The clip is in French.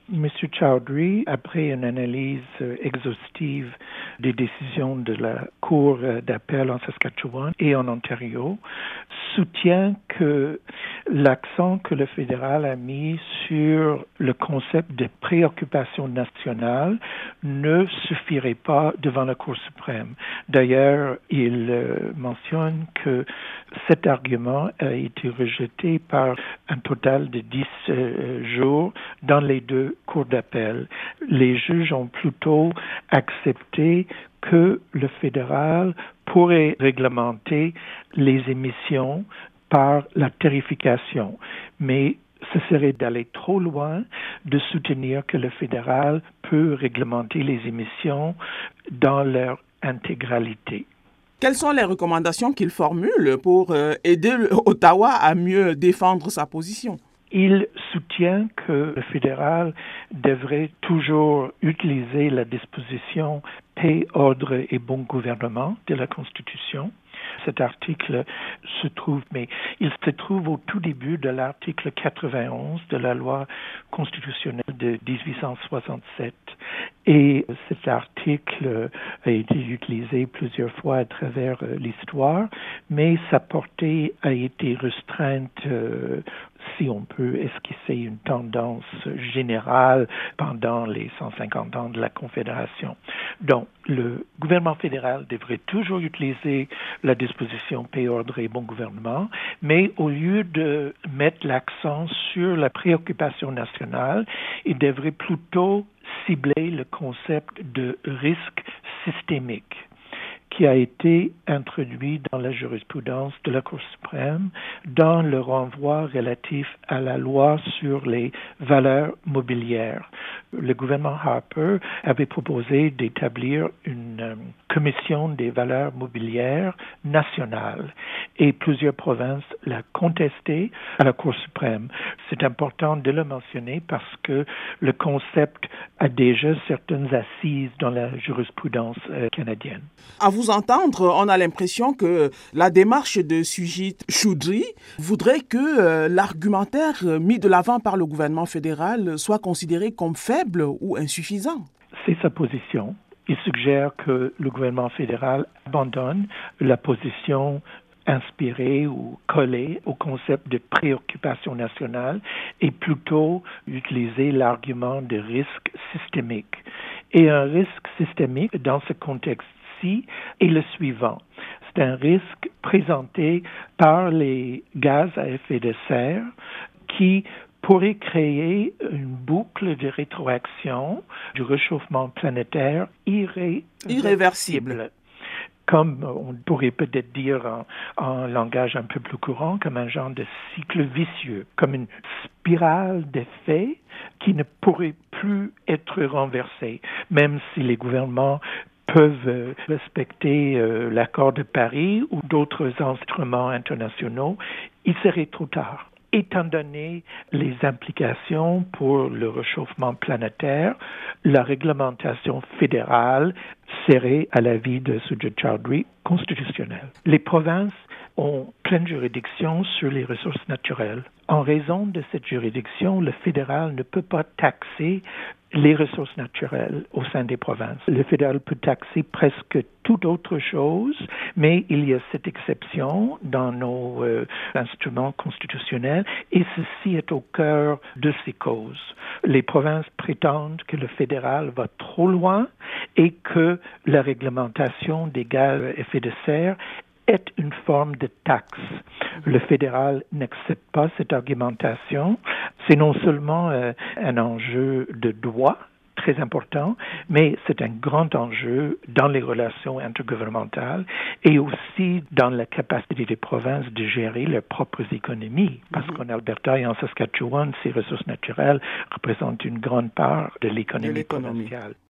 M. Chowdhury, après une analyse exhaustive des décisions de la Cour d'appel en Saskatchewan et en Ontario, soutient que l'accent que le fédéral a mis sur le concept de préoccupation nationale ne suffirait pas devant la Cour suprême. D'ailleurs, il mentionne que cet argument a été rejeté par un total de 10 jours dans les deux cours d'appel. Les juges ont plutôt accepté que le fédéral pourrait réglementer les émissions par la tarification, mais ce serait d'aller trop loin de soutenir que le fédéral peut réglementer les émissions dans leur intégralité. Quelles sont les recommandations qu'il formule pour aider Ottawa à mieux défendre sa position? Il soutient que le fédéral devrait toujours utiliser la disposition paix, ordre et bon gouvernement de la Constitution. Cet article se trouve au tout début de l'article 91 de la loi constitutionnelle de 1867. Et cet article a été utilisé plusieurs fois à travers l'histoire, mais sa portée a été restreinte, si on peut esquisser une tendance générale pendant les 150 ans de la Confédération. Donc, le gouvernement fédéral devrait toujours utiliser la disposition paix, ordre et bon gouvernement, mais au lieu de mettre l'accent sur la préoccupation nationale, il devrait plutôt cibler le concept de risque systémique qui a été introduit dans la jurisprudence de la Cour suprême dans le renvoi relatif à la loi sur les valeurs mobilières. Le gouvernement Harper avait proposé d'établir une commission des valeurs mobilières nationale et plusieurs provinces l'ont contesté à la Cour suprême. C'est important de le mentionner parce que le concept a déjà certaines assises dans la jurisprudence canadienne. À vous entendre, on a l'impression que la démarche de Sujit Choudhury voudrait que l'argumentaire mis de l'avant par le gouvernement fédéral soit considéré comme faible ou insuffisant. C'est sa position. Il suggère que le gouvernement fédéral abandonne la position inspirée ou collée au concept de préoccupation nationale et plutôt utiliser l'argument de risque systémique. Et un risque systémique dans ce contexte-ci est le suivant. C'est un risque présenté par les gaz à effet de serre qui pourrait créer une boucle de rétroaction du réchauffement planétaire irréversible. Comme on pourrait peut-être dire en langage un peu plus courant, comme un genre de cycle vicieux, comme une spirale d'effets qui ne pourrait plus être renversée, même si les gouvernements peuvent respecter l'accord de Paris ou d'autres instruments internationaux, il serait trop tard. Étant donné les implications pour le réchauffement planétaire, la réglementation fédérale serait, à l'avis de Sujit Choudhury, constitutionnelle. Les provinces ont pleine juridiction sur les ressources naturelles. En raison de cette juridiction, le fédéral ne peut pas taxer les ressources naturelles au sein des provinces. Le fédéral peut taxer presque toute autre chose, mais il y a cette exception dans nos instruments constitutionnels et ceci est au cœur de ces causes. Les provinces prétendent que le fédéral va trop loin et que la réglementation des gaz à effet de serre est une forme de taxe. Le fédéral n'accepte pas cette argumentation. C'est non seulement un enjeu de droit très important, mais c'est un grand enjeu dans les relations intergouvernementales et aussi dans la capacité des provinces de gérer leurs propres économies. Parce qu'en Alberta et en Saskatchewan, ces ressources naturelles représentent une grande part de l'économie provinciale.